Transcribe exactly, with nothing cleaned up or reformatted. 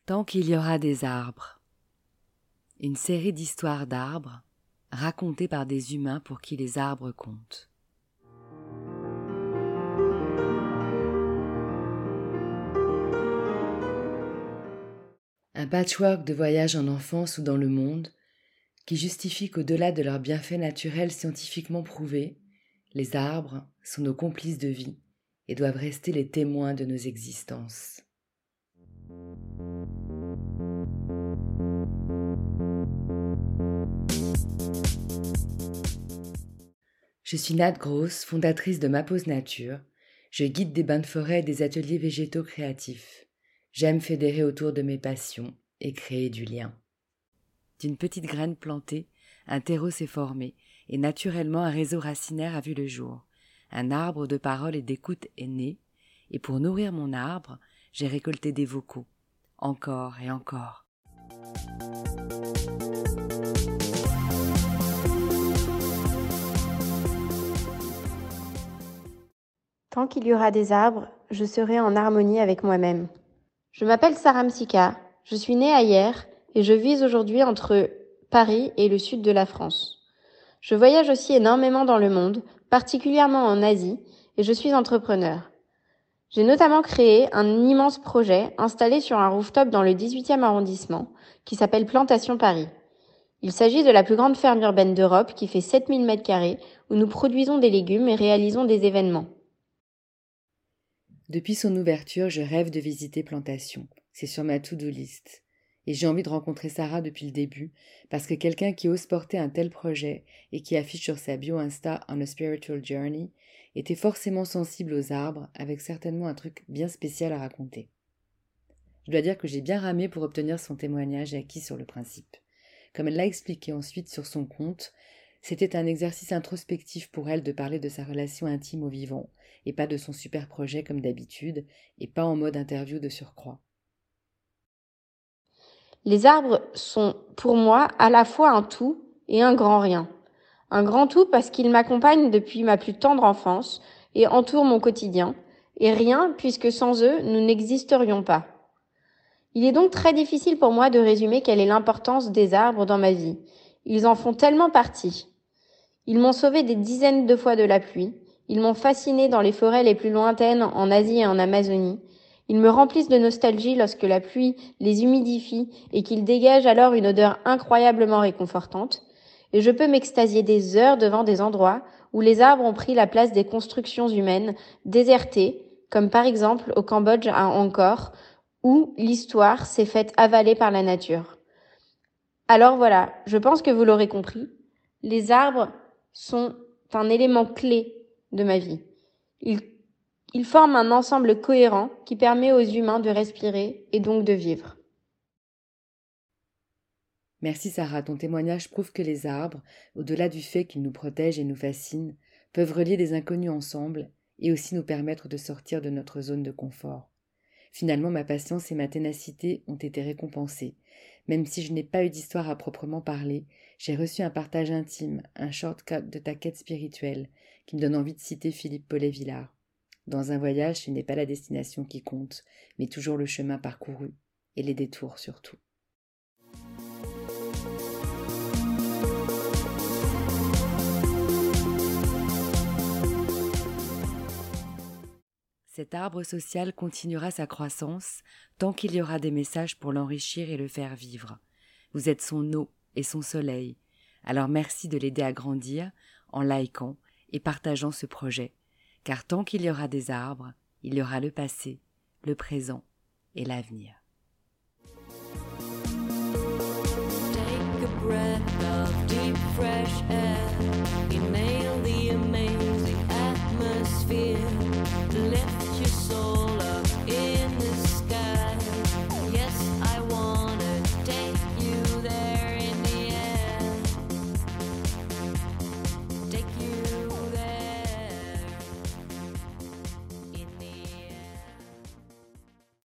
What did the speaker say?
Tant qu'il y aura des arbres. Une série d'histoires d'arbres racontées par des humains pour qui les arbres comptent. Un patchwork de voyages en enfance ou dans le monde qui justifie qu'au-delà de leurs bienfaits naturels scientifiquement prouvés, les arbres sont nos complices de vie et doivent rester les témoins de nos existences. Je suis Nat Gross, fondatrice de Ma Pause Nature. Je guide des bains de forêt et des ateliers végétaux créatifs. J'aime fédérer autour de mes passions et créer du lien. D'une petite graine plantée, un terreau s'est formé et naturellement un réseau racinaire a vu le jour. Un arbre de parole et d'écoute est né et pour nourrir mon arbre, j'ai récolté des vocaux, encore et encore. Tant qu'il y aura des arbres, je serai en harmonie avec moi-même. Je m'appelle Sarah Msika, je suis née à Hyères et je vis aujourd'hui entre Paris et le sud de la France. Je voyage aussi énormément dans le monde, particulièrement en Asie, et je suis entrepreneur. J'ai notamment créé un immense projet installé sur un rooftop dans le dix-huitième arrondissement qui s'appelle Plantation Paris. Il s'agit de la plus grande ferme urbaine d'Europe qui fait sept mille mètres carrés où nous produisons des légumes et réalisons des événements. Depuis son ouverture, je rêve de visiter Plantation. C'est sur ma to-do list. Et j'ai envie de rencontrer Sarah depuis le début, parce que quelqu'un qui ose porter un tel projet et qui affiche sur sa bio Insta On a Spiritual Journey était forcément sensible aux arbres, avec certainement un truc bien spécial à raconter. Je dois dire que j'ai bien ramé pour obtenir son témoignage acquis sur le principe. Comme elle l'a expliqué ensuite sur son compte, c'était un exercice introspectif pour elle de parler de sa relation intime au vivant, et pas de son super projet comme d'habitude, et pas en mode interview de surcroît. Les arbres sont, pour moi, à la fois un tout et un grand rien. Un grand tout parce qu'ils m'accompagnent depuis ma plus tendre enfance et entourent mon quotidien, et rien puisque sans eux, nous n'existerions pas. Il est donc très difficile pour moi de résumer quelle est l'importance des arbres dans ma vie. Ils en font tellement partie. Ils m'ont sauvé des dizaines de fois de la pluie. Ils m'ont fasciné dans les forêts les plus lointaines en Asie et en Amazonie. Ils me remplissent de nostalgie lorsque la pluie les humidifie et qu'ils dégagent alors une odeur incroyablement réconfortante. Et je peux m'extasier des heures devant des endroits où les arbres ont pris la place des constructions humaines désertées, comme par exemple au Cambodge à Angkor, où l'histoire s'est faite avaler par la nature. Alors voilà, je pense que vous l'aurez compris, les arbres sont un élément clé de ma vie. Ils, ils forment un ensemble cohérent qui permet aux humains de respirer et donc de vivre. Merci Sarah, ton témoignage prouve que les arbres, au-delà du fait qu'ils nous protègent et nous fascinent, peuvent relier des inconnus ensemble et aussi nous permettre de sortir de notre zone de confort. Finalement, ma patience et ma ténacité ont été récompensées. Même si je n'ai pas eu d'histoire à proprement parler, j'ai reçu un partage intime, un shortcut de ta quête spirituelle, qui me donne envie de citer Philippe Paulet-Villard. Dans un voyage, ce n'est pas la destination qui compte, mais toujours le chemin parcouru, et les détours surtout. Cet arbre social continuera sa croissance tant qu'il y aura des messages pour l'enrichir et le faire vivre. Vous êtes son eau et son soleil. Alors merci de l'aider à grandir en likant et partageant ce projet. Car tant qu'il y aura des arbres, il y aura le passé, le présent et l'avenir. Take a breath of deep fresh air.